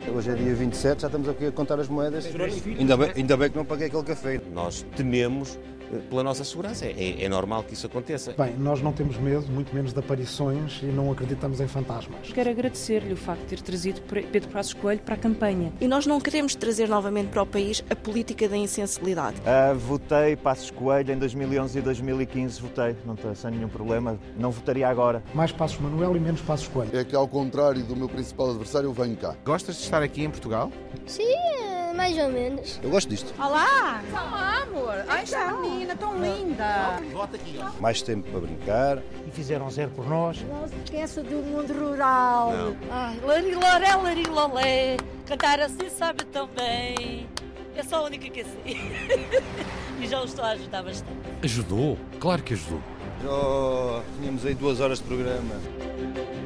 Hoje é dia 27, já estamos aqui a contar as moedas. Ainda bem que não paguei aquele café. Nós tememos pela nossa segurança. É normal que isso aconteça. Bem, nós não temos medo, muito menos de aparições, e não acreditamos em fantasmas. Quero agradecer-lhe o facto de ter trazido Pedro Passos Coelho para a campanha. E nós não queremos trazer novamente para o país a política da insensibilidade. Votei Passos Coelho em 2011 e 2015, votei, não estou sem nenhum problema, não votaria agora. Mais Passos Manuel e menos Passos Coelho. É que, ao contrário do meu principal adversário, eu venho cá. Gostas de estar aqui em Portugal? Sim, mais ou menos. Eu gosto disto. Olá! Olá, amor! Ai, esta menina tão linda! Volta aqui, ó. Mais tempo para brincar. E fizeram zero por nós. Não se esqueça do mundo rural. Não. Ai, lariloré, larilolé, cantar assim sabe tão bem. É só a única que eu sei. E já o estou a ajudar bastante. Ajudou? Claro que ajudou. Já tínhamos aí 2 horas de programa.